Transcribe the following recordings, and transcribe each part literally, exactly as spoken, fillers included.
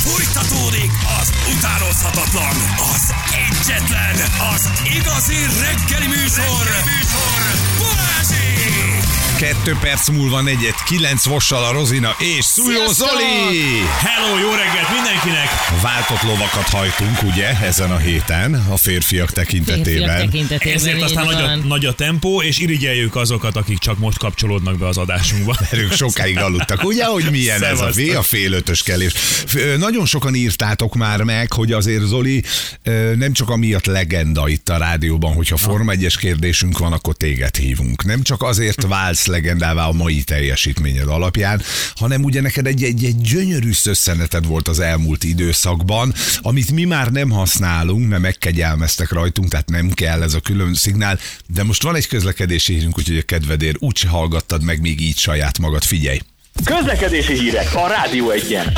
Fújtatódik az utánozhatatlan, az egyetlen, az igazi reggeli műsor, reggeli műsor. Balázsék! Kettő perc múlva negyed, kilenc Vossal a Rozina és Szújó Zoli! Hello, jó reggelt mindenkinek! Váltott lovakat hajtunk, ugye, ezen a héten, a férfiak tekintetében. Férfiak tekintetében. Ezért aztán nagy a, nagy a tempó, és irigyeljük azokat, akik csak most kapcsolódnak be az adásunkba. Mert ők sokáig aludtak. Ugye, hogy milyen ez a V, a fél ötös kelés. Nagyon sokan írtátok már meg, hogy azért Zoli nem csak amiatt legenda itt a rádióban, hogyha Forma egyes kérdésünk van, akkor téged hívunk. Nem csak azért válsz legendává a mai teljesítményed alapján, hanem ugye neked egy, egy, egy gyönyörű szösszeneted volt az elmúlt időszakban, amit mi már nem használunk, mert megkegyelmeztek rajtunk, tehát nem kell ez a külön szignál, de most van egy közlekedési hírünk, úgyhogy a kedvedért úgy se hallgattad meg még így saját magad, figyelj! Közlekedési hírek a Rádió Egyen.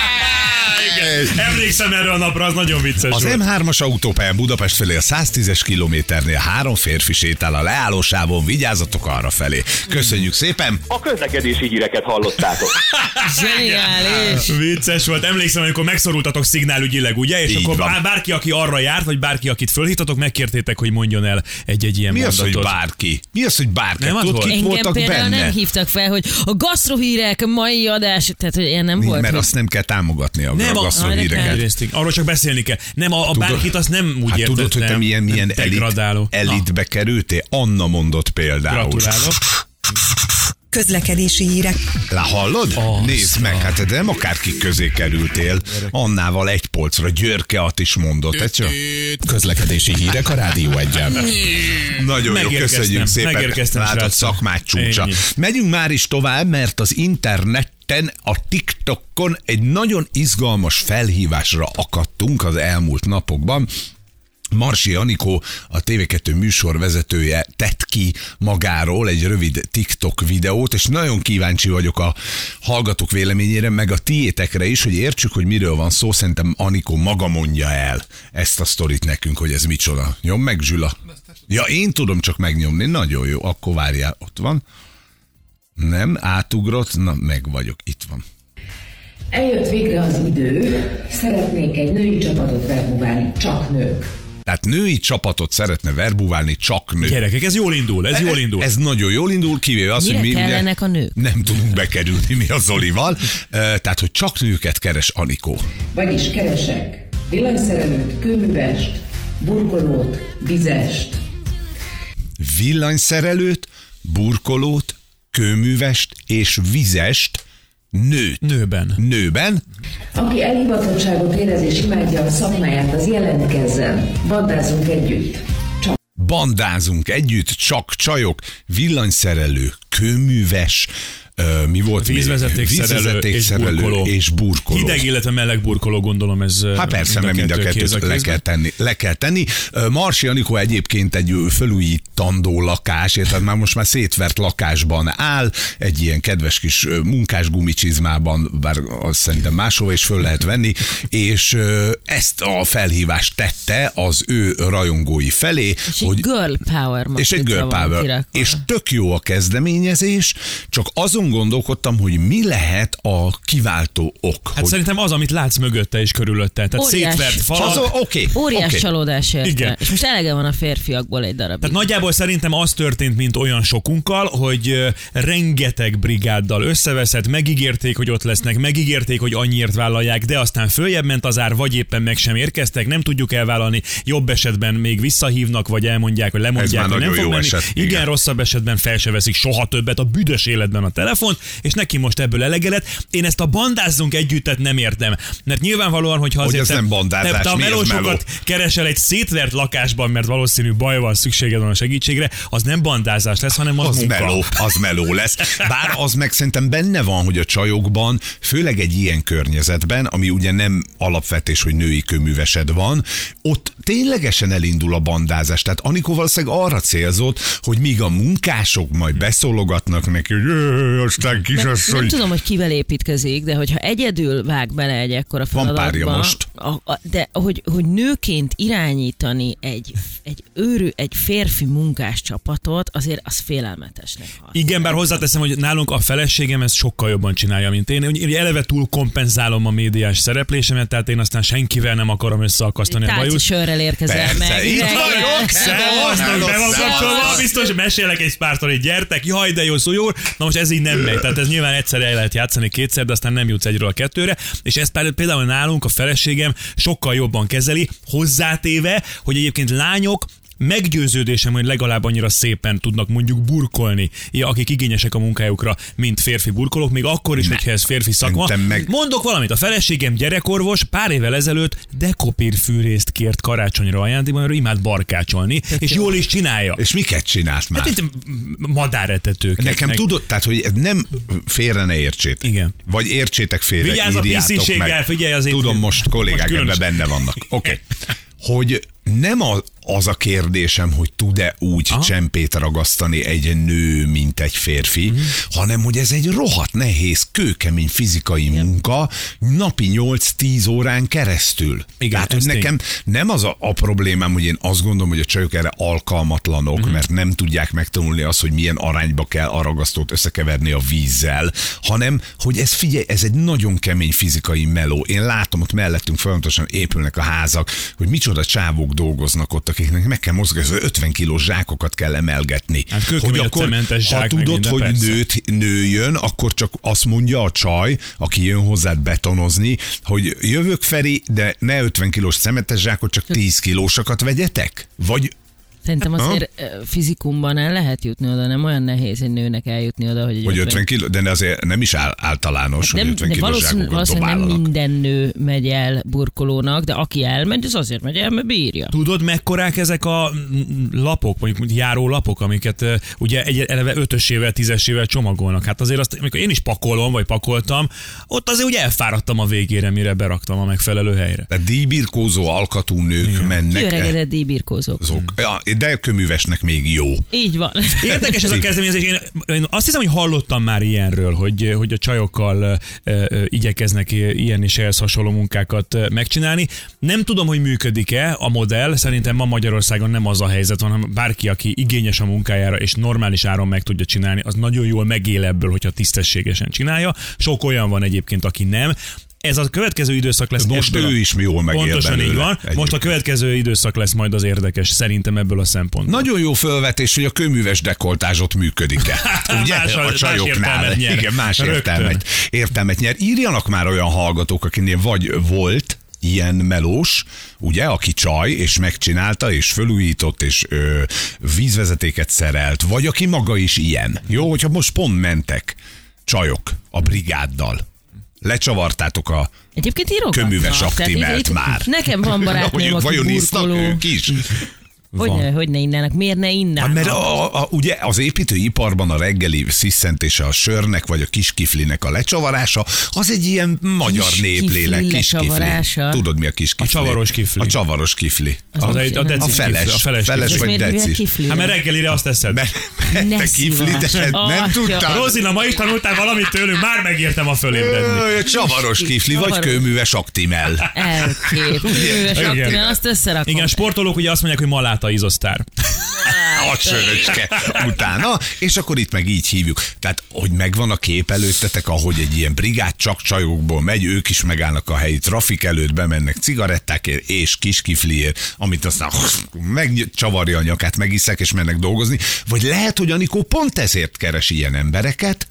Emlékszem erre a napra, az nagyon vicces Az volt. M hármas autópályán Budapest felé a száztízes kilométernél három férfi sétál a leállósávon, vigyázzatok arra felé. Köszönjük szépen! A közlekedési híreket hallottátok. Zseniális. Vicces volt. Emlékszem, amikor megszorultatok szignálügyileg, ugye? És Így akkor van. bárki, aki arra járt, vagy bárki, akit fölhívtatok, megkértétek, hogy mondjon el egy-egy ilyen Mi az, mondatot. hogy bárki? Mi az, hogy bárki? Nem az Tudod, volt? kik Engem voltak például benne? nem hívtak fel, hogy a gasztrohírek mai adás, tehát hogy ilyen nem volt. Mert hogy- azt nem kell támogatni a Nem, a- gasztrohíreket. Egyrészt, arról csak beszélni kell. Nem, a, a bárkit azt nem úgy Hát értettem. tudod, hogy te milyen, milyen nem elit, degradáló. elitbe kerültél? Anna mondott például. Gratulálok. Közlekedési hírek. Lá, hallod? Azt Nézd meg, hát te nem akárki közé kerültél. Annával egy polcra. Györke Att is mondott. Te csak... Közlekedési hírek a Rádió Egyen. Nagyon jó, Megérkeztem, köszönjük szépen. megérkeztem, Látod, srácok. szakmát csúcsa. Ennyi. Megyünk már is tovább, mert az interneten, a TikTokon egy nagyon izgalmas felhívásra akadtunk az elmúlt napokban. Marsi Anikó, a té vé kettő műsorvezetője tett ki magáról egy rövid TikTok videót, és nagyon kíváncsi vagyok a hallgatók véleményére, meg a tiétekre is, hogy értsük, hogy miről van szó. Szerintem Anikó maga mondja el ezt a sztorit nekünk, hogy ez micsoda. Nyom meg, Zsula? Ja, én tudom csak megnyomni. Nagyon jó, akkor várjál, ott van. Nem, átugrott, na meg vagyok, itt van. Eljött végre az idő, szeretnék egy női csapatot verbuválni, csak nők. Tehát női csapatot szeretne verbuválni, csak nő. Gyerekek, ez jól indul, ez jól indul. Ez nagyon jól indul, kivéve az, Mire hogy mi ugye kellenek a nők? nem tudunk bekerülni mi a Zolival. Ö, Tehát, hogy csak nőket keres Anikó. Vagyis keresek villanyszerelőt, kőművest, burkolót, vizest. Villanyszerelőt, burkolót, kőművest és vizest nőt. Nőben. Nőben. Aki elhivatottságot érez és imádja a szakmáját, az jelentkezzen. Bandázunk együtt. Csak Bandázunk együtt, csak csajok, villanyszerelő, kőműves, ö, mi volt még? Vízvezetékszerelő és Vízvezetékszerelő burkoló. és burkoló. Hideg, illetve meleg burkoló, gondolom ez. Hát persze, mert mind a kettőt kéz a le kézben. kell tenni. Le kell tenni. Ö, Marsi Anikó egyébként egy felújítandó lakás, tehát már most már szétvert lakásban áll, egy ilyen kedves kis ö, munkás gumicsizmában, bár azt szerintem máshova is föl lehet venni, és ö, ezt a felhívást tette az ő rajongói felé, És hogy egy girl power és egy girl power. És tök jó a kezdeményezés, csak azon gondolkodtam, hogy mi lehet a kiváltó ok. Hát hogy szerintem az, amit látsz mögötte és körülötte. Tehát Óriás. szétvert falak. az, oké, Óriás oké. csalódás érte. Igen. És most elege van a férfiakból egy darabig. Tehát nagyjából szerintem az történt, mint olyan sokunkkal, hogy ö, rengeteg brigáddal összeveszett, megígérték, hogy ott lesznek, megígérték, hogy annyiért vállalják, de aztán följebb ment az ár, vagy éppen meg sem érkeztek, nem tudjuk elvállalni, jobb esetben még visszahívnak, vagy elmondják, hogy lemondják, Ez már hogy nem nagyon fog jó menni. eset, Igen, igen. rosszabb esetben fel se veszik soha többet a büdös életben a telefont, és neki most ebből elege lett. Én ezt a bandázzunk együttet nem értem. Mert nyilvánvalóan, hogyha Hogy azért ez te- nem bandázás, te, te a mi ez meló? melósokat keresel egy szétvert lakásban, mert valószínű baj van, szükséged van a segítségre, az nem bandázás lesz, hanem az, Az munka. meló, az meló lesz. Bár az meg szerintem benne van, hogy a csajokban, főleg egy ilyen környezetben, ami ugye nem alapvetés, hogy női kőművesed van, ott ténylegesen elindul a bandázás. Tehát Anikó valószínűleg arra célzott, hogy míg a munkások majd beszólogatnak neki, hogy aztán kisasszony. Nem tudom, hogy kivel építkezik, de hogyha egyedül vág bele egy ekkora feladatba. Van párja most. A, a, de hogy, hogy nőként irányítani egy, egy őrű, egy férfi munkás csapatot, azért az félelmetesnek hat. Igen, bár hozzáteszem, hogy nálunk a feleségem ezt sokkal jobban csinálja, mint én. Ugye eleve túl kompenzálom a médiás szereplésemet, tehát én aztán senkivel nem akarom összeakasztani a Tálci bajút. sörrel érkezel Persze, meg. itt reggel. vagyok, Szevasztok, be van kapcsolva, biztos mesélek egy pár sztorit, gyertek, jaj, de jó szó, jó. Na most ez így nem megy, tehát ez nyilván egyszer el lehet játszani kétszer, de aztán nem jutsz egyről a kettőre, és ezt például nálunk a feleségem sokkal jobban kezeli, hozzátéve, hogy egyébként lányok meggyőződésem, hogy legalább annyira szépen tudnak mondjuk burkolni, akik igényesek a munkájukra, mint férfi burkolók, még akkor is, ne. hogyha ez férfi szakma. Meg... Mondok valamit, a feleségem gyerekorvos pár évvel ezelőtt dekopírfűrészt kért karácsonyra ajándékban, mert imád barkácsolni, Tök és jó. jól is csinálja. És miket csinált már? Hát, madáretetőket. Nekem meg... tudod, tehát, hogy nem félre ne értsétek. Igen. Vagy értsétek félre, Vigyázz a pisziséggel, figyelj azért. Tudom, most kollégák most ebben benne vannak. Oké. Okay. Hogy nem a, az a kérdésem, hogy tud-e úgy Aha. csempét ragasztani egy nő, mint egy férfi, uh-huh. hanem hogy ez egy rohadt nehéz, kőkemény fizikai Igen. munka napi nyolc-tíz órán keresztül. Igen, Tehát, hogy nekem én. nem az a, a problémám, hogy én azt gondolom, hogy a csajok erre alkalmatlanok, uh-huh. mert nem tudják megtanulni azt, hogy milyen arányba kell a ragasztót összekeverni a vízzel, hanem, hogy ez figyelj, ez egy nagyon kemény fizikai meló. Én látom, ott mellettünk folyamatosan épülnek a házak, hogy micsoda csávók dolgoznak ott, akiknek meg kell mozgatni, ötven kilós zsákokat kell emelgetni. Hát hogy akkor, ha tudod, hogy nőt, nőjön, akkor csak azt mondja a csaj, aki jön hozzád betonozni, hogy jövök Feri, de ne ötven kilós szemetes zsákot, csak tíz kilósakat vegyetek? Vagy Szerintem azért ha? fizikumban el lehet jutni oda, nem olyan nehéz egy nőnek eljutni oda, hogy... Hogy ötven kiló, de azért nem is általános, hát nem, hogy ötven kilós zsákokat valószínűleg nem minden nő megy el burkolónak, de aki elmegy, az azért megy el, mert bírja. Tudod, mekkorák ezek a lapok, mondjuk járó lapok, amiket ugye egy eleve ötösével, tízesével csomagolnak. Hát azért azt, amikor én is pakolom, vagy pakoltam, ott azért ugye elfáradtam a végére, mire beraktam a megfelelő helyre. De díjbirkózó alkatú nők Igen. mennek. Kiöregedett díjbirkózók. Ja, de köművesnek még jó. Így van. Érdekes ez a kezdeményezés. Én, én azt hiszem, hogy hallottam már ilyenről, hogy, hogy a csajokkal e, e, igyekeznek ilyen és ehhez hasonló munkákat megcsinálni. Nem tudom, hogy működik-e a modell. Szerintem ma Magyarországon nem az a helyzet van, hanem bárki, aki igényes a munkájára és normális áron meg tudja csinálni, az nagyon jól megél ebből, hogyha tisztességesen csinálja. Sok olyan van egyébként, aki nem. Ez a következő időszak lesz. Most ő is jól megél Pontosan belőle, így van. Egyébként. Most a következő időszak lesz majd az érdekes, szerintem ebből a szempontból. Nagyon jó felvetés, hogy a kőműves dekoltázs ott működik-e. Ugye? Más, a csajoknál. Más Igen, más értelmet, értelmet nyer. Írjanak már olyan hallgatók, akinél vagy volt ilyen melós, ugye, aki csaj, és megcsinálta, és fölújított, és ö, vízvezetéket szerelt, vagy aki maga is ilyen. Jó, hogyha most pont mentek csajok a brigáddal. Lecsavartátok a Egyébként köműves aktimelt már. Nekem van barátnőm, aki vajon isznak ők is? Hogy ne, hogy ne innának, miért ne innának? Mert a, a, ugye az építőiparban a reggeli sziszentése a sörnek, vagy a kiskiflinek a lecsavarása, az egy ilyen magyar kis néplélek. Kiskifli. Tudod, mi a kiskifli? A csavaros kifli. A csavaros kifli. Az a, a, a, a feles. A feles, feles vagy decis. Hát mert reggelire azt teszed. Mert te kifli, nem tudtál. Rózina, ma is tanultál valamit tőlünk, már megértem a fölébredni. Csavaros kifli, vagy kőműves aktimel. Elkép. Kőműves aktimel, azt összerakom. Igen, sportolók ugye azt mondják, hogy malát a izosztár. A söröcske utána, és akkor itt meg így hívjuk. Tehát, hogy megvan a kép előttetek, ahogy egy ilyen brigád csak csajokból megy, ők is megállnak a helyi trafik előtt, bemennek cigarettákért és kiskifliért, amit aztán megcsavarja a nyakát, megisszák és mennek dolgozni. Vagy lehet, hogy Anikó pont ezért keres ilyen embereket,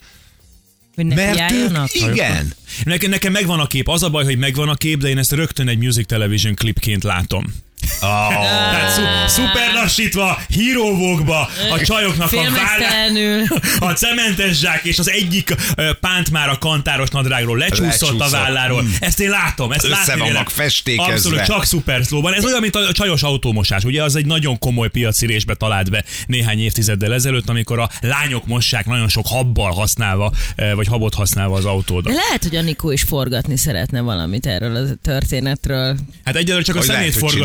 mert ők, igen. Nekem, nekem megvan a kép. Az a baj, hogy megvan a kép, de én ezt rögtön egy music television klipként látom. Oh. Tehát szu- szuper lassítva, híróvókba, a csajoknak a vállán, a cementes zsák, és az egyik uh, pánt már a kantáros nadrágról lecsúszott, lecsúszott. a válláról. Mm. Ezt én látom, ezt Össze látni vannak festékezve. Abszolút, csak szuper szlóban. Ez olyan, mint a csajos autómosás. Ugye az egy nagyon komoly piaci résbe talált be néhány évtizeddel ezelőtt, amikor a lányok mossák nagyon sok habbal használva, vagy habot használva az autódat. De lehet, hogy Anikó is forgatni szeretne valamit erről a történetről. Hát egyelőre csak a szemét forgatja.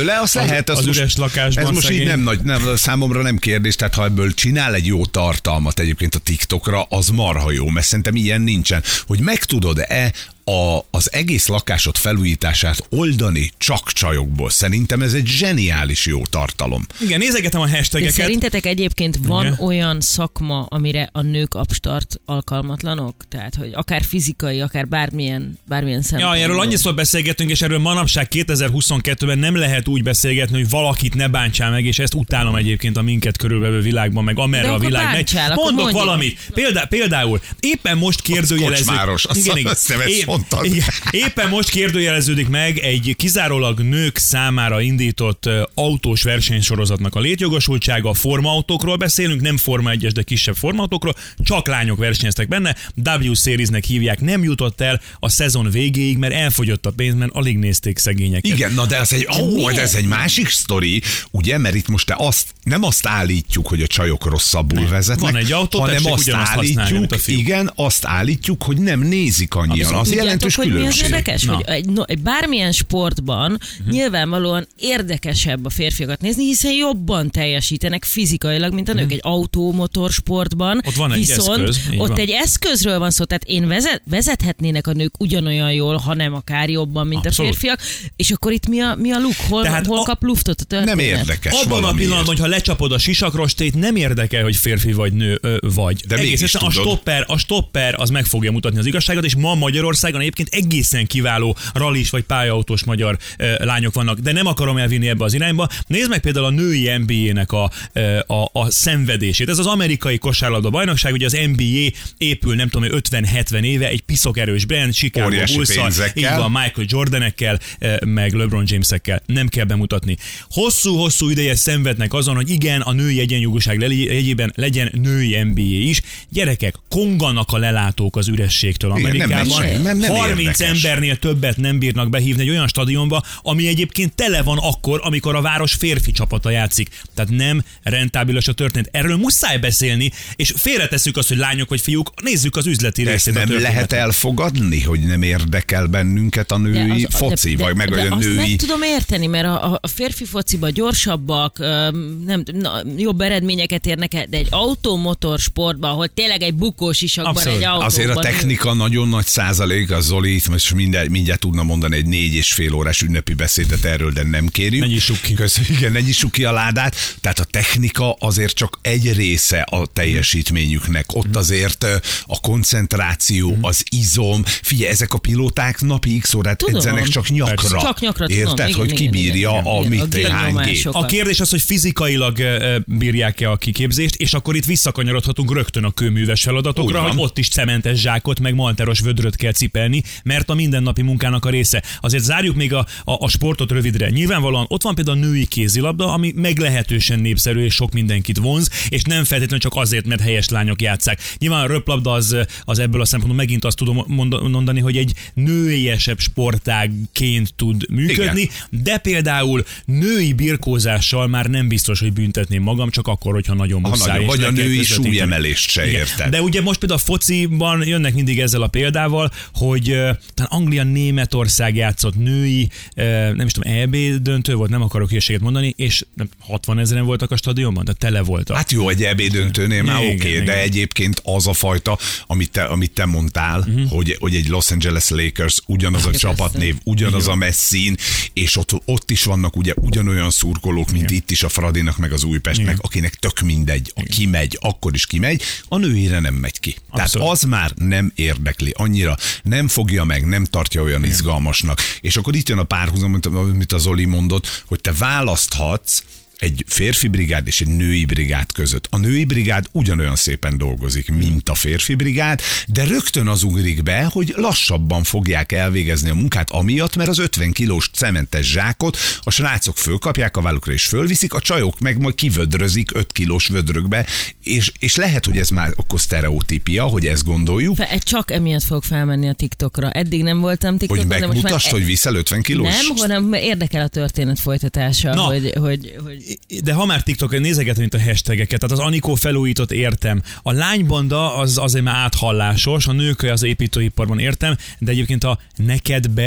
belőle, azt az, lehet. Az, az most, üres lakásban ez most szegény. így nem nagy, nem, számomra nem kérdés, tehát ha ebből csinál egy jó tartalmat egyébként a TikTokra, az marha jó, mert szerintem ilyen nincsen. Hogy meg tudod-e a, az egész lakásod felújítását oldani csak csajokból. Szerintem ez egy zseniális jó tartalom. Igen, nézegetem a De hashtageket. szerintetek egyébként van Igen. olyan szakma, amire a nők abstart alkalmatlanok? Tehát, hogy akár fizikai, akár bármilyen, bármilyen Ja, szempontból. erről annyiszor beszélgetünk, és erről manapság kétezer-huszonkettőben nem lehet úgy beszélgetni, hogy valakit ne bántsál meg, és ezt utálom egyébként a minket körülvevő világban, meg amerre De a akkor világ megy. bántsál, akkor Mondok mondj. valamit. Példá, például éppen most kérdőjelezzük. kocsmáros, azt Igen, igen. azt nem ezt É- mondtad. igen. Éppen most kérdőjeleződik meg egy kizárólag nők számára indított ö, autós versenysorozatnak a létjogosultsága. A formautókról beszélünk, nem Forma egyes, de kisebb formautókról. Csak lányok versenyeztek benne. W Seriesnek hívják, nem jutott el a szezon végéig, mert elfogyott a pénz, mert alig nézték szegényeket. Igen, na de ez egy, ó, miért? de ez egy másik sztori, ugye, mert itt most te azt, nem azt állítjuk, hogy a csajok rosszabbul Nem. vezetnek, Van egy autó, hanem tessék azt ugyanazt használni, állítjuk, mint a fiúk. igen, azt állítjuk, hogy nem nézik annyian. Az Tudjátok, jelentős hogy mi az különbség. érdekes? Na. Hogy egy, no, egy bármilyen sportban uh-huh. nyilvánvalóan érdekesebb a férfiakat nézni, hiszen jobban teljesítenek fizikailag, mint a nők. Uh-huh. Egy autómotorsportban Ott van egy viszont eszköz, így ott van. egy eszközről van szó, tehát én vezet, vezethetnének a nők ugyanolyan jól, hanem akár jobban, mint Abszolút. a férfiak, és akkor itt mi a, mi a luk? Hol, Tehát hol a- kap luftot a történet? Nem érdekes Abban a valamiért. pillanatban, hogyha lecsapod a sisakrostét, nem érdekel, hogy férfi vagy nő ö, vagy. De Egész mégis egyszerűen a tudod. stopper, a stopper az meg fogja mutatni az igazságot, és ma Magyarországon egyébként egészen kiváló rallis vagy pályautós magyar ö, lányok vannak, de nem akarom elvinni ebbe az irányba. Nézd meg például a női en bé á-nek a, ö, a, a szenvedését. Ez az amerikai kosárlabda bajnokság, ugye az en bé á épül nem tudom, ötven-hetven éve, egy piszok erős brand, Chicago Óriási Bulls-szal, pénzekkel. így van, Michael Jordanekkel, eh, meg LeBron Jamesekkel. Nem kell bemutatni. Hosszú-hosszú ideje szenvednek azon, hogy igen, a női egyenjogúság jegyében legyen női en bé á is. Gyerekek, konganak a lelátók az ürességtől Igen, nem Amerikában. megy, nem- nem harminc érdekes. embernél többet nem bírnak behívni egy olyan stadionba, ami egyébként tele van akkor, amikor a város férfi csapata játszik. Tehát nem rentábilos a történet. Erről muszáj beszélni, és félretesszük azt, hogy lányok vagy fiúk, nézzük az üzleti De ezt részét a nem történetnek. lehet elfogadni, hogy nem érdekel bennünket a De női az- foci, de, vagy meg de, a de azt női... meg tudom érteni, mert a, a férfi fociban gyorsabbak, öm, nem, na, jobb eredményeket érnek el, de egy automotor sportban, ahol tényleg egy bukós isakban Abszolút. egy autóban... Azért a technika nagyon nagy százalék, a Zoli itt most mindjárt, mindjárt tudna mondani egy négy és fél órás ünnepi beszédet erről, de nem kérjük. Ne nyissuk ki. Köszönjük, igen, ne nyissuk ki a ládát. Tehát a technika azért csak egy része a teljesítményüknek. Ott azért ö, a koncentráció, az izom. Figyelj, ezek a pilóták napi x órát Tudom. edzenek csak nyakra. Persze. Csak nyakra, tudom. Érted, Igen, hogy igen, kibírja igen, a igen. mit, A hány gép. génnyomások. A kérdés az, hogy fizikailag ö, bírják-e a kiképzést, és akkor itt visszakanyarodhatunk rögtön a kőműves feladatokra, Úgy van. hogy ott is cementes zsákot, meg malteros vödröt kell cipelni, mert a mindennapi munkának a része. Azért zárjuk még a, a, a sportot rövidre. Nyilvánvalóan ott van például a női kézilabda, ami meglehetősen népszerű és sok mindenkit vonz, és nem feltétlenül csak azért, mert helyes lányok játsszák. Nyilván a röplabda az, az ebből a szempontból megint azt tudom mond- mondani, hogy egy nőiesebb sportágként tud működni, Igen. de például női birkózással már nem biztos, hogy büntetném magam, csak akkor, hogyha nagyon Ha muszáj. nagyon, és vagy le a kell női közvetíteni. súlyemelést se Igen. érted. De ugye most például a fociban jönnek mindig ezzel a példával, hogy uh, talán Anglia, Németország játszott női, uh, nem is tudom, é bé döntő volt, nem akarok hülyeséget mondani, és nem, hatvan ezeren voltak a stadionban, de tele voltak. Hát jó, egy é bé döntőnél már Igen, oké, igen. de egyébként az a fajta, amit te, amit te mondtál, uh-huh. hogy, hogy egy Los Angeles Lakers ugyanaz a Persze. csapatnév, ugyanaz a messzín, és ott, ott is vannak ugye ugyanolyan szurkolók, mint itt is a Fradinak, meg az Újpestnek, Igen. akinek tök mindegy, a kimegy, akkor is kimegy, a nőire nem megy ki. Abszolút. Tehát az már nem érdekli annyira, nem fogja meg, nem tartja olyan Igen. izgalmasnak. És akkor itt jön a párhuzam, amit- amit az Zoli mondott, hogy te választhatsz egy férfi brigád és egy női brigád között. A női brigád ugyanolyan szépen dolgozik, mint a férfi brigád, de rögtön az ugrik be, hogy lassabban fogják elvégezni a munkát, amiatt, mert az ötven kilós cementes zsákot a srácok fölkapják a vállukra és fölviszik, a csajok meg majd kivödrözik öt kilós vödrökbe, és, és lehet, hogy ez már akkor sztereotípia, hogy ezt gondoljuk, Fe- Csak emiatt fogok felmenni a TikTokra. Eddig nem voltam TikTokon, hogy de most már... megmutasd, hogy viszel ötven kilós. Nem, hanem érdekel a történet folytatása, Na. hogy, hogy, hogy De ha már TikTokon nézegetem, mint a hashtageket, tehát az Anikó felújított értem. A lánybanda az azért már áthallásos, a nők az építőiparban értem, de egyébként a nekedbe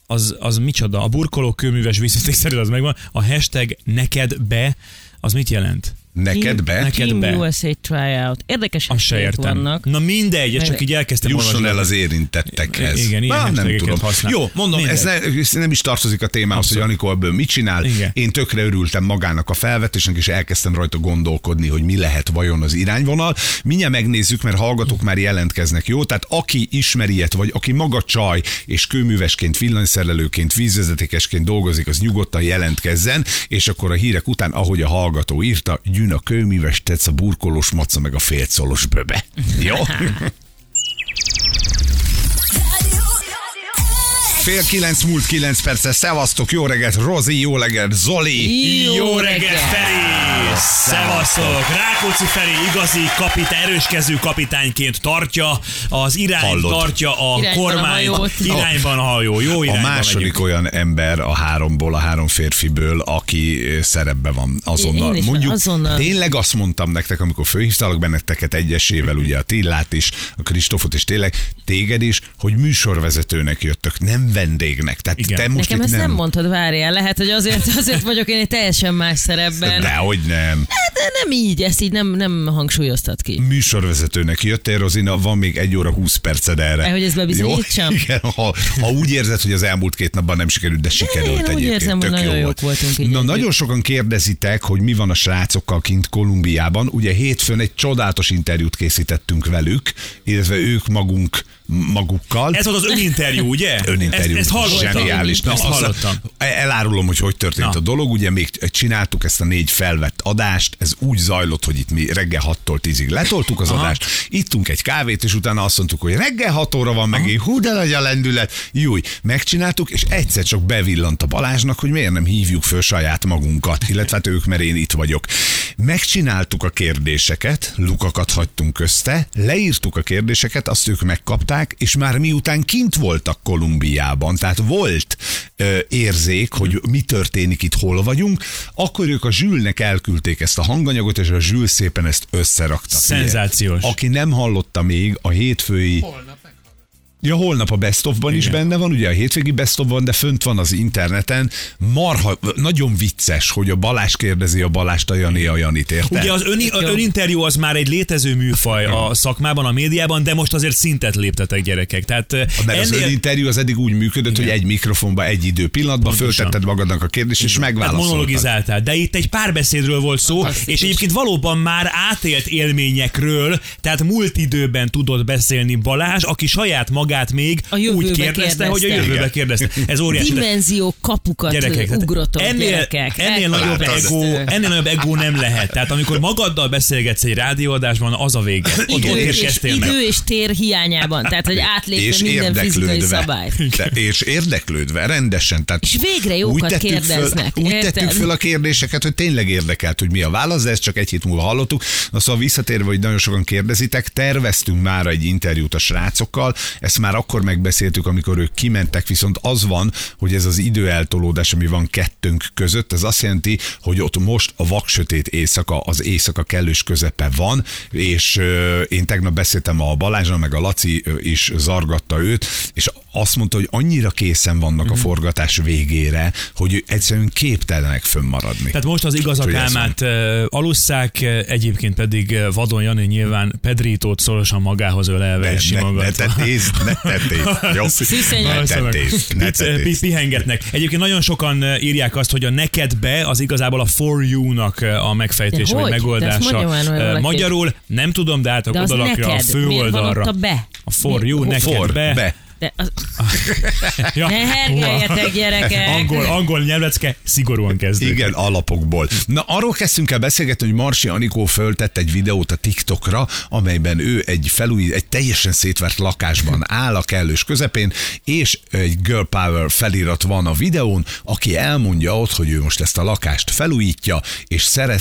az, az micsoda? A burkoló kőműves vízvezeték szerint az megvan. A hashtag neked be, az mit jelent? Neked be? Neked Team be. u es á tryout. Érdekes Azt se hashtagek értem. vannak. Na mindegy, ezt csak így elkezdtem Jusson olvasni. el az érintettekhez. Igen, ilyen Na, nem hashtageket tudom. használ. Jó, mondom, ez, ne, ez nem is tartozik a témához, Abszolút. hogy Anikó ebből mit csinál. Igen. Én tökre örültem magának a felvetésnek, és elkezdtem rajta gondolkodni, hogy mi lehet vajon az irányvonal. Mindjárt megnézzük, mert hallgatók már jelentkeznek, jó? Tehát aki ismeri ilyet, vagy aki maga csaj, és kőművesként, villanyszerelőként, vízvezetékesként dolgozik, az nyugodtan jelentkezzen, és akkor a hírek után, ahogy a hallgató írta, jön a kőműves, tetsz a burkolós maca, meg a félcolos böbe. Jó? Fél kilenc múlt kilenc perccel, szevasztok, jó reggelt, Rozi, jó reggelt, Zoli. Jó reggelt, Feri! Szevasztok! Rákóczi Feri igazi kapitány, erőskező kapitányként tartja az irányt, Hallod. tartja a Irányban a kormányt. hajót. Irányban a hajó, jó A irányban második megyünk. olyan ember a háromból, a három férfiből, aki szerepben van azonnal. Én is Mondjuk, azonnal. tényleg azt mondtam nektek, amikor fölhívtalak benneteket egyesével, ugye a Tillát is, a Kristófot is, tényleg téged is, hogy műsorvezetőnek jöttök, nem vendégnek. Tehát Igen. te most Nekem itt ezt nem nem... mondtad, várjál, lehet, hogy azért, azért vagyok én egy teljesen más szerepben. Dehogy nem. De nem így, ezt így nem, nem hangsúlyoztad ki. Műsorvezetőnek jöttél, Rozina, van még egy óra húsz perced erre. Eh, hogy ezt bebizonyítsam? Jó? Igen, ha, ha úgy érzed, hogy az elmúlt két napban nem sikerült, de sikerült én úgy egyébként. érzem, hogy Tök nagyon jó jók volt. voltunk így Na, együtt. nagyon sokan kérdezitek, hogy mi van a srácokkal kint Kolumbiában. Ugye hétfőn egy csodálatos interjút készítettünk velük, illetve ők magunk magukkal. Ez volt az öninterjú, ugye? Öninterjú. Ezt, ezt hallottam. Zseniális. Na, Ezt azt- hallottam. Elárulom, hogy hogy történt Na. a dolog. Ugye még csináltuk ezt a négy felvett adást, ez úgy zajlott, hogy itt mi reggel hattól tízig letoltuk az Aha. adást, ittunk egy kávét, és utána azt mondtuk, hogy reggel hat óra van megint, hú, de nagy a lendület. Júj, megcsináltuk, és egyszer csak bevillant a Balázsnak, hogy miért nem hívjuk föl saját magunkat, illetve hát ők, mert én itt vagyok. Megcsináltuk a kérdéseket, lukakat hagytunk közte, leírtuk a kérdéseket, azt ők megkapták, és már miután kint voltak Kolumbiában, tehát volt ö, érzék, hogy mi történik itt, hol vagyunk, akkor ők a Zsülnek elküldték ezt a hanganyagot, és a Zsül szépen ezt összerakta. Szenzációs. Aki nem hallotta még a hétfői... Ja, holnap a Best of-ban is benne van, ugye a hétvégi Best of van, de fönt van az interneten. Marha, nagyon vicces, hogy a Balázs kérdezi a Balást, a Jani a Janit, érted? Ugye az ön, öninterjú az már egy létező műfaj a szakmában, a médiában, de most azért szintet léptetek, gyerekek. Tehát Mert az ennél... öninterjú az eddig úgy működött, hogy egy mikrofonba, egy idő pillanatban Pontosan. föltetted magadnak a kérdést, és Hát megválaszoltad. monologizáltál, de itt egy párbeszédről volt szó, és egyébként valóban már átélt élményekről, tehát múlt időben tudott beszélni Balázs, aki saját magát még A jövőbe úgy kérdezte, kérdezte. hogy a jövőbe Igen. kérdezte. Ez óriási. Dimenzió kapukat Gyerekek, tehát ugrotok ennél, gyerekek. ennél, nagyobb Elképesztő. ego, ennél nagyobb ego nem lehet. Tehát amikor magaddal beszélgetsz egy rádióadásban, az a vége. Ott, ott Idő és, érkeztél meg. idő és tér hiányában, tehát hogy átlépve és minden fizikai érdeklődve, szabályt. de, és érdeklődve, rendesen. Tehát És végre jókat úgy tettük kérdeznek, Föl, úgy érted? tettük föl a kérdéseket, hogy tényleg érdekelt, hogy mi a válasz, de ezt csak egy hét múlva hallottuk. Na szóval visszatérve, hogy nagyon sokan kérdezitek, terveztünk már egy interjút a srácokkal, ezt már akkor megbeszéltük, amikor ők kimentek, viszont az van, hogy ez az időeltolódás, ami van kettőnk között, ez azt jelenti, hogy ott most a vaksötét éjszaka, az éjszaka kellős közepe van, és euh, én tegnap beszéltem a Balázsra, meg a Laci is zargatta őt, és azt mondta, hogy annyira készen vannak a forgatás végére, hogy egyszerűen képtelenek fönnmaradni. Tehát most az igazak Hogy ez álmát uh, alusszák, uh, egyébként pedig uh, Vadon Jani nyilván Pedrítót szorosan magához ölelve és ne, ne, ne simogatva. tettézd, ne tettéd. Jó? Szűszenyek. Ne tettéd, ne tettéd. Pihengetnek. Egyébként nagyon sokan uh, írják azt, hogy a nekedbe az igazából a for you-nak uh, a megfejtése De vagy hogy? De ezt megoldása. mondja már Uh, valaki. Magyarul nem tudom, de hát De az odalakja a neked. fő Miért van oldalra. ott a be? A for you, Mi- neked For, be. be. De az, Ja. ne hergeljetek, gyerekek! Angol, angol nyelvecke szigorúan kezdődik. Igen, alapokból. Na, arról kezdtünk el beszélgetni, hogy Marsi Anikó föltett egy videót a TikTokra, amelyben ő egy felújít, egy teljesen szétvert lakásban áll a kellős közepén, és egy Girl Power felirat van a videón, aki elmondja ott, hogy ő most ezt a lakást felújítja, és szeretne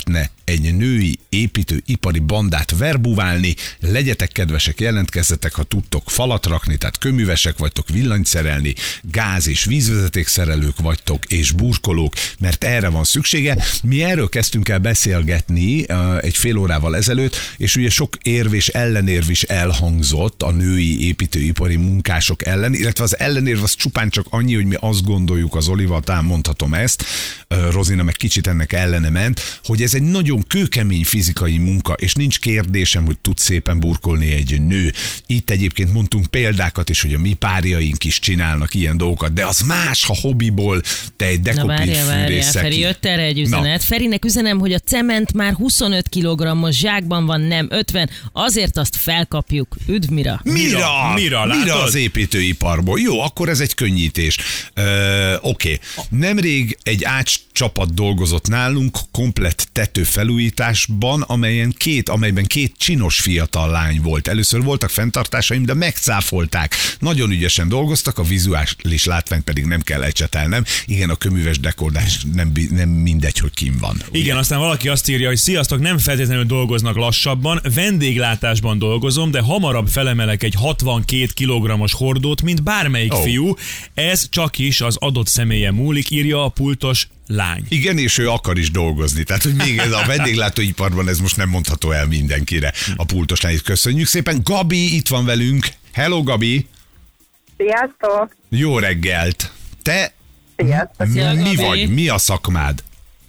egy női építőipari bandát verbuválni. Legyetek kedvesek, jelentkezzetek, ha tudtok falat rakni, tehát köművesek vagytok, villanyt szerelni, gáz- és vízvezetékszerelők vagytok, és burkolók, mert erre van szüksége. Mi erről kezdtünk el beszélgetni uh, egy fél órával ezelőtt, és ugye sok érv és ellenérv is elhangzott a női építőipari munkások ellen, illetve az ellenérv az csupán csak annyi, hogy mi azt gondoljuk, az Olival, talán mondhatom ezt, uh, Rozina meg kicsit ennek ellene ment, hogy ez egy nagyon kőkemény fizikai munka, és nincs kérdésem, hogy tud szépen burkolni egy nő. Itt egyébként mondtunk példákat is, hogy a mi párjaink is csinálnak ilyen dolgokat, de az más, ha hobbiból te egy dekopír fűrészek. Feri, jött erre egy üzenet. Na. Ferinek üzenem, hogy a cement már huszonöt kilogrammos zsákban van, nem ötven, azért azt felkapjuk. Üdv Mira. Mira, Mira, Mira az építőiparból. Jó, akkor ez egy könnyítés. Ö, Oké. Okay. Nemrég egy ács csapat dolgozott nálunk komplett tetőfelújításban, amelyen két, amelyben két csinos fiatal lány volt. Először voltak fenntartásaim, de megcáfolták. Nagyon ügyesen dolgoztak, a vizuális látványt pedig nem kell ecsetelnem. Igen, a köműves dekodás nem, nem mindegy, hogy kim van. Ugye? Igen, aztán valaki azt írja, hogy sziasztok, nem feltétlenül dolgoznak lassabban, vendéglátásban dolgozom, de hamarabb felemelek egy hatvankét kilogrammos hordót, mint bármelyik oh. fiú. Ez csak is az adott személyen múlik, írja a pultos lány. Igen, és ő akar is dolgozni. Tehát, hogy még ez a vendéglátóiparban ez most nem mondható el mindenkire. A pultos lányt köszönjük szépen. Gabi itt van velünk. Hello, Gabi! Sziasztok! Jó reggelt! Te Sziasztok! mi Gabi. vagy? Mi a szakmád?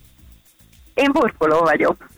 Én burkoló vagyok.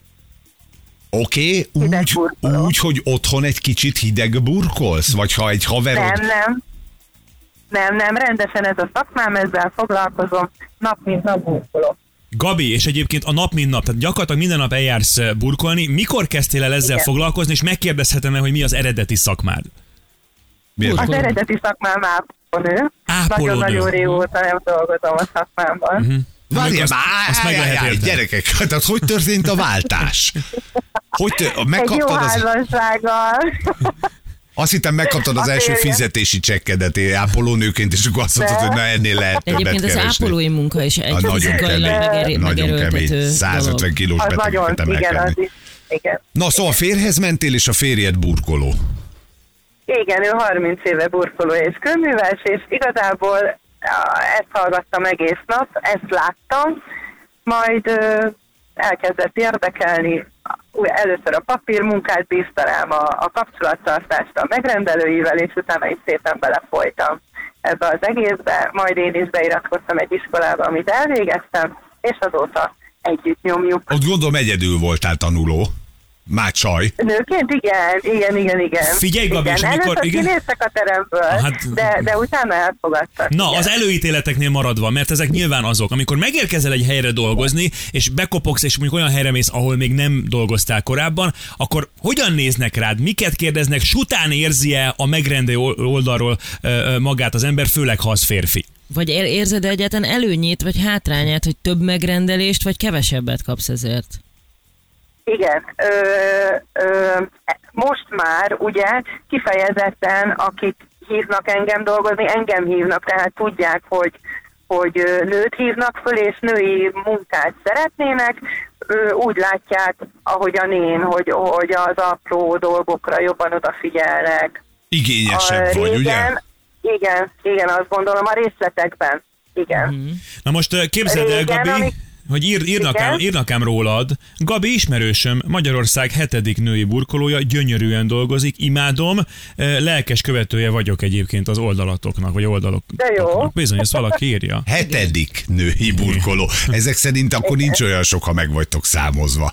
Oké, okay, Hideg úgy, burkoló. úgy, hogy otthon egy kicsit hideg burkolsz? Vagy ha egy haverod... Nem, nem. Nem, nem, rendesen ez a szakmám, ezzel foglalkozom, nap mint nap burkolok. Gabi, és egyébként a nap mint nap, tehát gyakorlatilag minden nap eljársz burkolni. Mikor kezdtél el ezzel Igen. foglalkozni, és megkérdezhetem-e, hogy mi az eredeti szakmád? Miért? Az eredeti szakmám ápolónő. Ápolónő. Nagyon-nagyon régóta nem dolgozom a szakmámban. Uh-huh. Várjál, azt- már, azt meg lehet érteni. gyerekek, tehát hogy történt a váltás? Hogy tör... Egy jó megkaptad az... házassággal. Azt hittem, megkaptad az A első férjem. fizetési csekkedet ápolónőként, és akkor azt mondtad, De. hogy na ennél lehet többet Egyébként az keresni. ápolói munka is egy A nagyon fizikailag kemény, megeri- nagyon megerőltető kemény, százötven dolog. kilós Az nagyon, betegeket igen, az emelkedni. is. Igen. Na szóval férjhez mentél, és a férjed burkoló. Igen, ő harminc éve burkoló és kőműves, és igazából á, ezt hallgattam egész nap, ezt láttam, majd ö, elkezdett érdekelni, Ú, először a papírmunkát bízta rám, a, a kapcsolattartást a megrendelőivel, és utána is szépen belefolytam ebbe az egészbe, majd én is beiratkoztam egy iskolába, amit elvégeztem, és azóta együtt nyomjuk. Ott gondolom egyedül voltál tanuló. Már csaj. Nőként igen, igen, igen, igen. Figyelj, Gabi, igen. és amikor- Először igen? kinéztek a teremből, Hát- de, de utána elfogadtak. Na, igen. az előítéleteknél maradva, mert ezek nyilván azok, amikor megérkezel egy helyre dolgozni, és bekopogsz, és mondjuk olyan helyre mész, ahol még nem dolgoztál korábban, akkor hogyan néznek rád, miket kérdeznek, s után érzi-e a megrendelő oldalról ö, ö, magát az ember, főleg ha az férfi? Vagy ér- érzed egyáltalán előnyét, vagy hátrányát, hogy több megrendelést, vagy kevesebbet kapsz ezért? Igen. Ö, ö, most már ugye kifejezetten, akik hívnak engem dolgozni, engem hívnak, tehát tudják, hogy, hogy ö, nőt hívnak föl, és női munkát szeretnének, ö, úgy látják, ahogyan én, hogy, hogy az apró dolgokra jobban odafigyelnek. Igényesebb A vagy, ugye? régen- Igen, igen, azt gondolom, a részletekben. Igen. Na most ö, képzeld el, Régen, Gabi, amik- hogy ír, írnak, Igen? ám, írnak ám rólad. Gabi ismerősöm, Magyarország hetedik női burkolója, gyönyörűen dolgozik, imádom, ö, lelkes követője vagyok egyébként az oldalatoknak, vagy oldaloknak. De jó. Bizony, ezt valaki írja. Hetedik női burkoló. Ezek szerint akkor nincs olyan sok, ha meg vagytok számozva.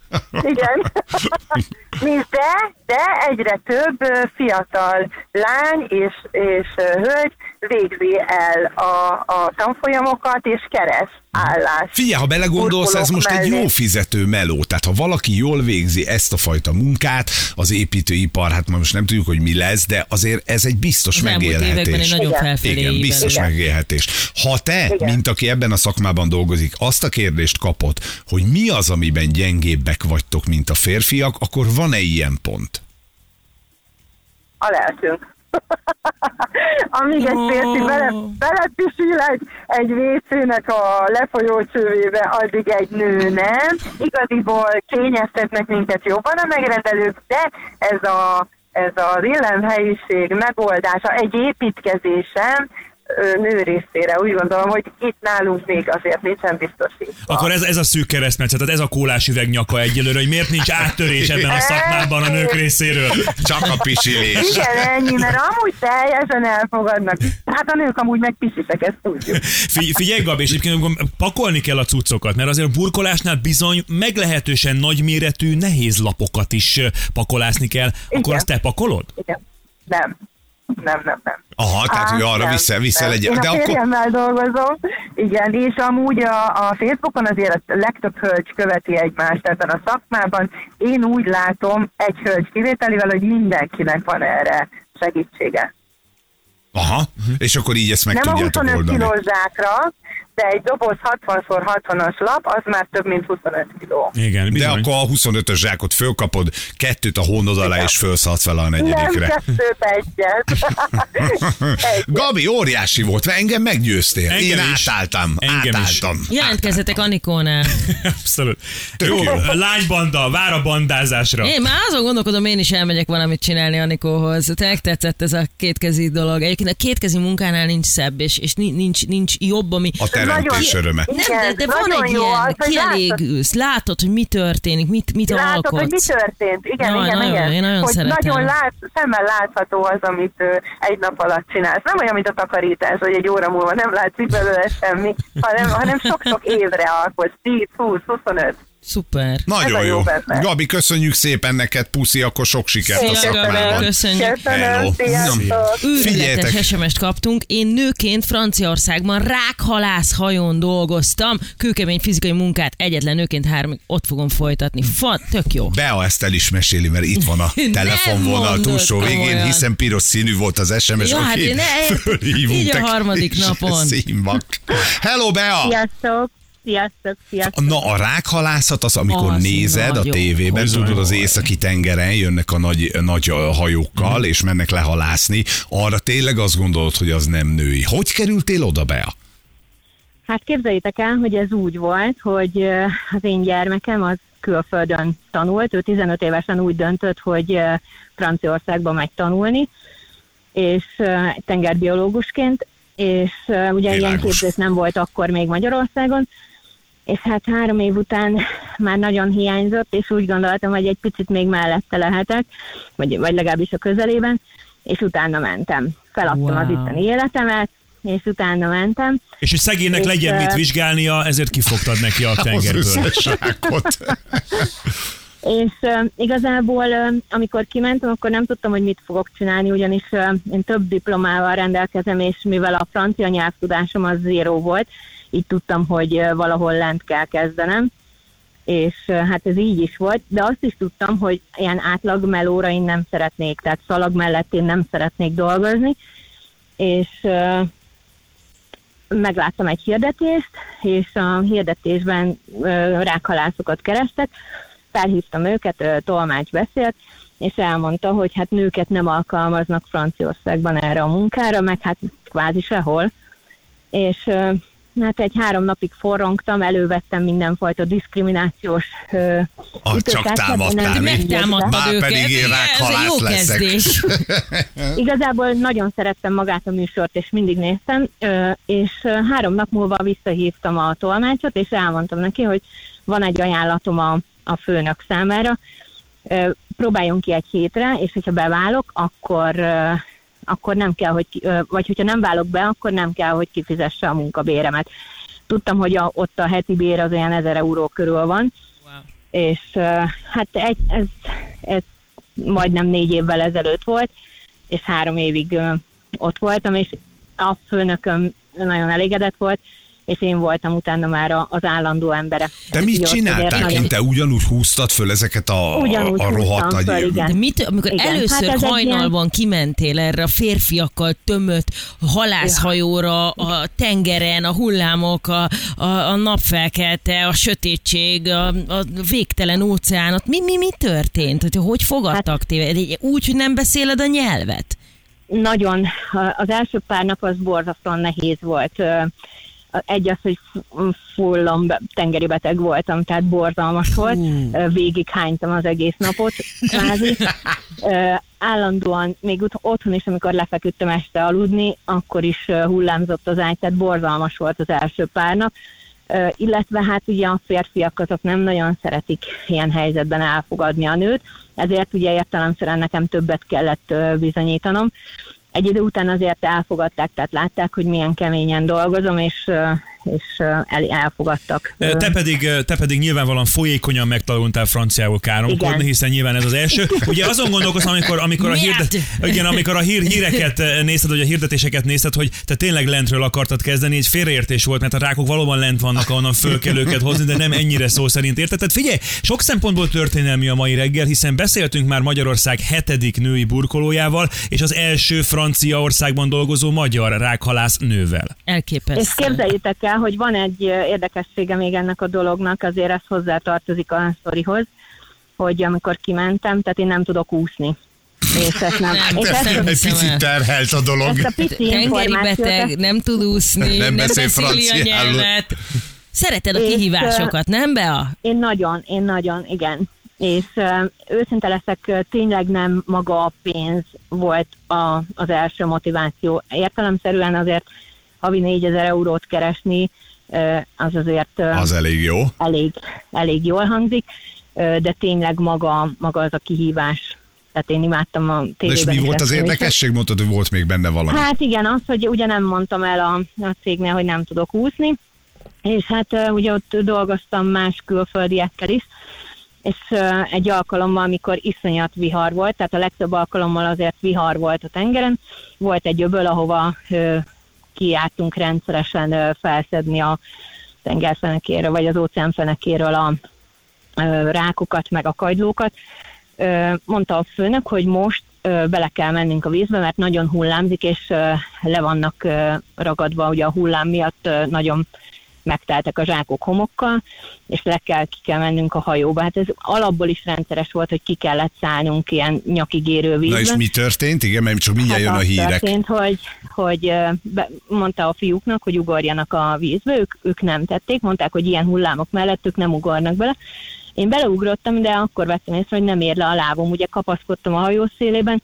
Igen. Nincs, de, de egyre több ö, fiatal lány és, és ö, hölgy végzi el a, a tanfolyamokat és keres állást. Figyelj, ha belegondolsz, ez Burkolók most egy mellé. jó fizető meló. Tehát ha valaki jól végzi ezt a fajta munkát, az építőipar, hát most nem tudjuk, hogy mi lesz, de azért ez egy biztos Az elmúlt években megélhetés. egy nagyon Igen. felfelé Igen, biztos Igen. megélhetés. Ha te, Igen. mint aki ebben a szakmában dolgozik, azt a kérdést kapod, hogy mi az, amiben gyengébbek vagytok, mint a férfiak, akkor van-e ilyen pont? A lelkünk. Amíg egy férfi bele, belepisil egy, egy vécének a lefolyó csővébe, addig egy nő nem. Igaziból kényeztetnek minket jobban a megrendelők, de ez a ez az illemhelyiség megoldása egy építkezésem nő részére. Úgy gondolom, hogy itt nálunk még azért nincsen biztosítva. Akkor ez, ez a szűk keresztmetszet, tehát ez a kólás üveg nyaka egyelőre, hogy miért nincs áttörés ebben a szakmában a nők részéről. Csak a pisilés. Igen, ennyi, mert amúgy teljesen elfogadnak. Hát a nők amúgy meg pisisek, ezt tudjuk. Figy- figyelj, Gabi, és egyébként pakolni kell a cuccokat, mert azért a burkolásnál bizony meglehetősen nagyméretű, nehéz lapokat is pakolásni kell. Akkor Igen. azt te pakolod? Igen. Nem. Nem, nem, nem. Aha, tehát hogy arra nem, vissza, vissza nem. legyen. Én De a akkor... férjemmel dolgozom, igen, és amúgy a, a Facebookon azért a legtöbb hölgy követi egymást ebben a szakmában. Én úgy látom, egy hölgy kivételével, hogy mindenkinek van erre segítsége. Aha, és akkor így ezt meg Nem a tudjátok huszonöt oldani. kilós zsákra, de egy doboz hatvan szor hatvanas lap, az már több mint huszonöt kiló. Igen, De bizony. akkor a huszonötös zsákot fölkapod, kettőt a hónod alá, és fölszadsz vele a Nem negyedikre. kettőt, egyet. Egyet. Gabi, óriási volt, mert engem meggyőztél. Engem Én is. átálltam, Engem is. átálltam. Jelentkezzetek Anikónál. Abszolút. Tök Jó, jó. lánybanda, vár a bandázásra. Én már azon gondolkodom, én is elmegyek valamit csinálni Anikóhoz. Tényleg tetszett ez a kétkezi dolog. Egyébként a kétkezi munkánál nincs szebb, és, és nincs, nincs jobb, ami... A teremtés öröme. Nem, de, de van nagyon egy jó ilyen, az, hogy kielégülsz, látod, hogy mi történik, mit, mit Látod, alkotsz. hogy mi történt. Igen, Jaj, igen, nagyon, igen. én nagyon hogy szeretem. nagyon lát, szemmel látható az, amit ö, egy nap alatt csinálsz. Nem olyan, mint a takarítás, hogy egy óra múlva nem látszik belőle semmi, hanem, hanem sok-sok évre alkotsz. tíz, húsz, huszonöt. Szuper. Ez Nagyon a jó jó. benne. Gabi, köszönjük szépen neked, puszi, akkor sok sikert a Szia, Gabi, szakmában. köszönjük. Hello. Köszönöm, sziasztok! Őrületes Figyeljetek. es em est kaptunk. Én nőként Franciaországban rákhalász hajón dolgoztam. Kőkemény fizikai munkát egyetlen nőként háromig ott fogom folytatni. Fa, tök jó. Bea ezt el is meséli, mert itt van a Nem telefonvonal mondod túlsó végén, komolyan. hiszen piros színű volt az es em es, Ja, hát aki én ne- fölhívunk így a neked, harmadik és napon. Színvak. Hello, Bea! Sziasztok! Sziasztok, sziasztok! Na, a rákhalászat az, amikor Az nézed a nagyon. tévében, Bizony. tudod, az északi tengeren jönnek a nagy, nagy hajókkal, és mennek lehalászni. Arra tényleg azt gondolod, hogy az nem női. Hogy kerültél oda, Bea? Hát képzeljétek el, hogy ez úgy volt, hogy ö, az én gyermekem az külföldön tanult, ő tizenöt évesen úgy döntött, hogy ö, Franciaországba megy tanulni, és ö, tengerbiológusként, és ö, ugye ilyen Világos. képzés nem volt akkor még Magyarországon, és hát három év után már nagyon hiányzott, és úgy gondoltam, hogy egy picit még mellette lehetek, vagy, vagy legalábbis a közelében, és utána mentem. Feladtam Wow. az itteni életemet, és utána mentem. És hogy szegénynek És, legyen ö, mit vizsgálnia, ezért kifogtad neki a Az tengerből. összes rákot. És uh, igazából, uh, amikor kimentem, akkor nem tudtam, hogy mit fogok csinálni, ugyanis uh, én több diplomával rendelkezem, és mivel a francia nyelvtudásom az zéró volt, így tudtam, hogy uh, valahol lent kell kezdenem, és uh, hát ez így is volt, de azt is tudtam, hogy ilyen átlag melóra én nem szeretnék, tehát szalag mellett én nem szeretnék dolgozni, és uh, megláttam egy hirdetést, és a hirdetésben uh, rákhalászokat kerestek, felhívtam őket, ö, tolmács beszélt, és elmondta, hogy hát nőket nem alkalmaznak Franciaországban erre a munkára, meg hát kvázi sehol. És ö, hát egy három napig forrongtam, elővettem mindenfajta diszkriminációs ö, Ah, csak ütőkártyát, támadtál nem- még. Megtámadtad Már őket. pedig én Igen, ez egy rákhalász jó leszek. kezdés. Igazából nagyon szerettem magát a műsort, és mindig néztem, ö, és ö, három nap múlva visszahívtam a tolmácsot, és elmondtam neki, hogy van egy ajánlatom a, a főnök számára, ö, próbáljon ki egy hétre, és hogyha beválok, akkor, ö, akkor nem kell, hogy, ki- ö, vagy hogyha nem válok be, akkor nem kell, hogy kifizesse a munkabéremet. Tudtam, hogy a, ott a heti bér az olyan ezer euró körül van, Wow. és ö, hát egy, ez, ez majdnem négy évvel ezelőtt volt, és három évig ö, ott voltam, és a főnököm nagyon elégedett volt, és én voltam utána már a- az állandó embere. De mit Így ott csináltál azért nagyon- kint? Te ugyanúgy húztad föl ezeket a, Ugyanúgy a rohadt húztam föl, nagy... igen. De mit, amikor Igen, először hát ez egy hajnalban kimentél erre a férfiakkal tömött halászhajóra, a tengeren, a hullámok, a, a, a napfelkelte, a sötétség, a, a végtelen óceánot, mi, mi, mi történt? Hogy, hogy fogadtak Hát- téged? Úgy, hogy nem beszéled a nyelvet? nagyon, az első pár nap az borzasztóan nehéz volt. Egy az, hogy fullon tengeri beteg voltam, tehát borzalmas volt. Végig hánytam az egész napot, kvázi. Állandóan, még otthon is, amikor lefeküdtem este aludni, akkor is hullámzott az ágy, tehát borzalmas volt az első pár nap. Illetve hát ugye a férfiak azok nem nagyon szeretik ilyen helyzetben elfogadni a nőt, ezért ugye értelemszerűen nekem többet kellett bizonyítanom. Egy idő után azért elfogadták, tehát látták, hogy milyen keményen dolgozom, és, és el, elfogadtak. Te pedig, te pedig nyilvánvalóan folyékonyan megtanultál franciául káromkodni, hiszen nyilván ez az első. Ugye azon gondolkoztam, amikor, amikor, a, hirdet, igen, amikor a hír, híreket nézted, vagy a hirdetéseket nézted, hogy te tényleg lentről akartad kezdeni, egy félreértés volt, mert a rákok valóban lent vannak, ahonnan föl kell őket hozni, de nem ennyire szó szerint érted. Tehát figyelj, sok szempontból történelmi a mai reggel, hiszen beszéltünk már Magyarország hetedik női burkolójával, és az első Franciaországban dolgozó magyar rákhalász nővel. Elképesztő. És képzeljétek el, hogy van egy érdekessége még ennek a dolognak, azért ez hozzátartozik a sztorihoz, hogy amikor kimentem, tehát én nem tudok úszni. És ezt nem. Nem, és ezt egy picit terhelt a dolog. Ezt a pici tengeri beteg, nem tud úszni, nem, nem beszél franciául. A nyelvet. Szereted a kihívásokat, nem, Bea? Én nagyon, én nagyon, igen. És uh, őszinte leszek, tényleg nem maga a pénz volt a, az első motiváció. Értelemszerűen azért havi négyezer eurót keresni, uh, az azért uh, az elég jó. Elég, elég jól hangzik, uh, de tényleg maga, maga az a kihívás. Tehát én imádtam a tévében. És mi volt az érdekesség? Mondtad, hogy volt még benne valami. Hát igen, az, hogy ugye nem mondtam el a, a cégnél, hogy nem tudok úszni, és hát uh, ugye ott dolgoztam más külföldiekkel is, és uh, egy alkalommal, amikor iszonyat vihar volt, tehát a legtöbb alkalommal azért vihar volt a tengeren, volt egy öböl, ahova uh, kijártunk rendszeresen uh, felszedni a tengerfenekéről, vagy az óceánfenekéről a uh, rákokat, meg a kagylókat. Uh, mondta a főnök, hogy most uh, bele kell mennünk a vízbe, mert nagyon hullámzik, és uh, le vannak uh, ragadva, ugye a hullám miatt uh, nagyon megteltek a zsákok homokkal, és le kell, ki kell mennünk a hajóba. Hát ez alapból is rendszeres volt, hogy ki kellett szállnunk ilyen nyakig érő vízben. Na és mi történt? Igen, mert csak mindjárt hát jön a hírek. történt, hogy, hogy be, mondta a fiúknak, hogy ugorjanak a vízbe, ők, ők nem tették, mondták, hogy ilyen hullámok mellett ők nem ugornak bele. Én beleugrottam, de akkor vettem észre, hogy nem ér le a lábom, ugye kapaszkodtam a hajó szélében,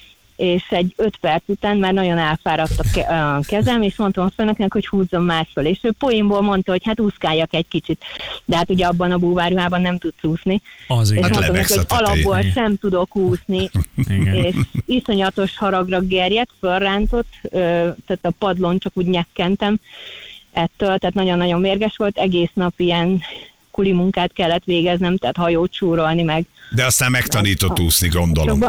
és egy öt perc után már nagyon elfáradt a, ke- a kezem, és mondtam a főnöknek, hogy húzzon más föl, és ő poénból mondta, hogy hát úszkáljak egy kicsit, de hát ugye abban a búvárruhában nem tudsz úszni. Az és hát mondtam neki, hogy alapból sem tudok úszni, igen. És iszonyatos haragra gerjedt, fölrántott, tehát a padlón csak úgy nyekkentem ettől, tehát nagyon-nagyon mérges volt, egész nap ilyen kuli munkát kellett végeznem, tehát hajót súrolni meg. De aztán megtanított úszni, gondolom.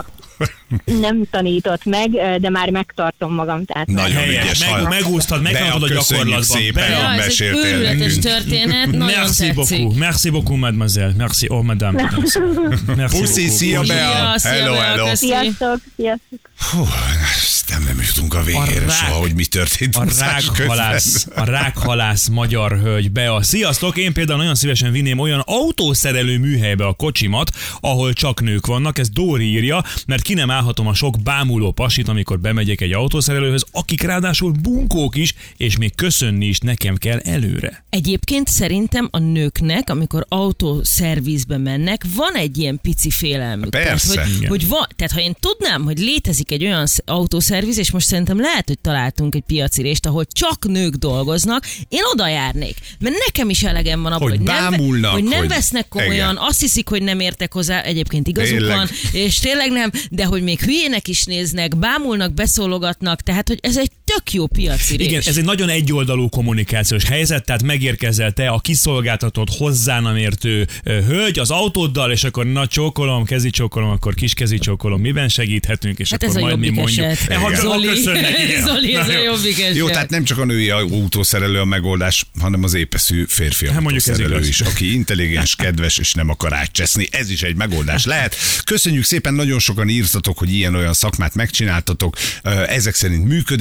Nem tanított meg, de már megtartom magam. Tehát nagyon ügyes. Meg, megúsztad, megtanulod a gyakorlatban. Szépen, ja, ez meséltél egy őrületes történet, nagyon Merci tetszik. beaucoup, merci beaucoup, mademoiselle. Merci, oh madame. Merci Puszi, szia, Bea. Hello, hello. Sziasztok, sziasztok. Hú, nem, nem jutunk a végére soha, hogy mi történt. A rákhalász, a rákhalász magyar hölgy, Bea. Sziasztok, én például nagyon szívesen vinném olyan autószerelő műhelybe a kocsimat, ahol csak nők vannak, ez Dóri írja, mert ki nem állhatom a sok bámuló pasit, amikor bemegyek egy autószerelőhöz, akik ráadásul bunkók is, és még köszönni is nekem kell előre. Egyébként szerintem a nőknek, amikor autószervizbe mennek, van egy ilyen pici félelmük. Persze. Tehát, hogy, hogy van, tehát ha én tudnám, hogy létezik egy olyan autószerviz, és most szerintem lehet, hogy találtunk egy piacirést, ahol csak nők dolgoznak, én oda járnék. Mert nekem is elegem van abban, hogy, hogy, bámulnak, nem, hogy nem hogy vesznek komolyan, igen. azt hiszik, hogy nem értek hozzá, egyébként igazuk Tényleg. van, és tényleg nem, de hogy még hülyének is néznek, bámulnak, beszólogatnak, tehát hogy ez egy tök jó piacirés. Igen, ez egy nagyon egyoldalú kommunikációs helyzet, tehát megérkezel te a kiszolgáltatott, hozzá nem értő hölgy az autóddal, és akkor na csókolom, kezi csókolom, akkor kis kezi csókolom, miben segíthetünk, és hát akkor ez majd mi mondjuk. E, ha Zoli, köszönnek, igen. Zoli, ez Na, a jó. jobbik eset. Jó, tehát nem csak a női autószerelő a megoldás, hanem az épeszű férfi Hát mondjuk ez autószerelő igaz. is, aki intelligens, kedves és nem akar átcseszni. Ez is egy megoldás lehet. Köszönjük szépen, nagyon sokan írtatok, hogy ilyen-olyan szakmát megcsináltatok. Ezek szerint működik a dolog.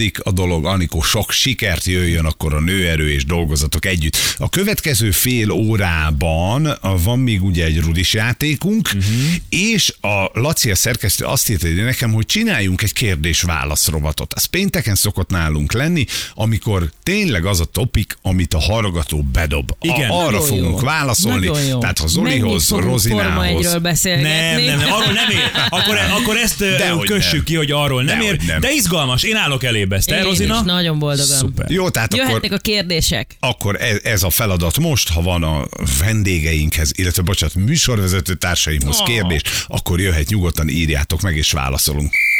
dolog, Anikó, sok sikert, jöjjön akkor a nőerő, és dolgozatok együtt. A következő fél órában van még ugye egy rudis játékunk, uh-huh. és a Laci, a szerkesztő azt írta nekem, hogy csináljunk egy kérdés-válasz rovatot. Az pénteken szokott nálunk lenni, amikor tényleg az a topik, amit a hallgató bedob. Igen. A, arra Nagyon fogunk jó. válaszolni. Nagyon Tehát ha Zolihoz, Rozinához. Nem, nem, nem, arról nem ér. Akkor, akkor ezt Dehogy kössük nem. ki, hogy arról nem Dehogy ér. nem. De izgalmas, én állok elébe. Te, Én Rozina? is nagyon boldogan. Szuper. Jó, tehát Jöhetnek akkor, a kérdések. akkor ez, ez a feladat most, ha van a vendégeinkhez, illetve bocsánat, műsorvezető társaimhoz Oh. kérdés, akkor jöhet nyugodtan, írjátok meg, és válaszolunk.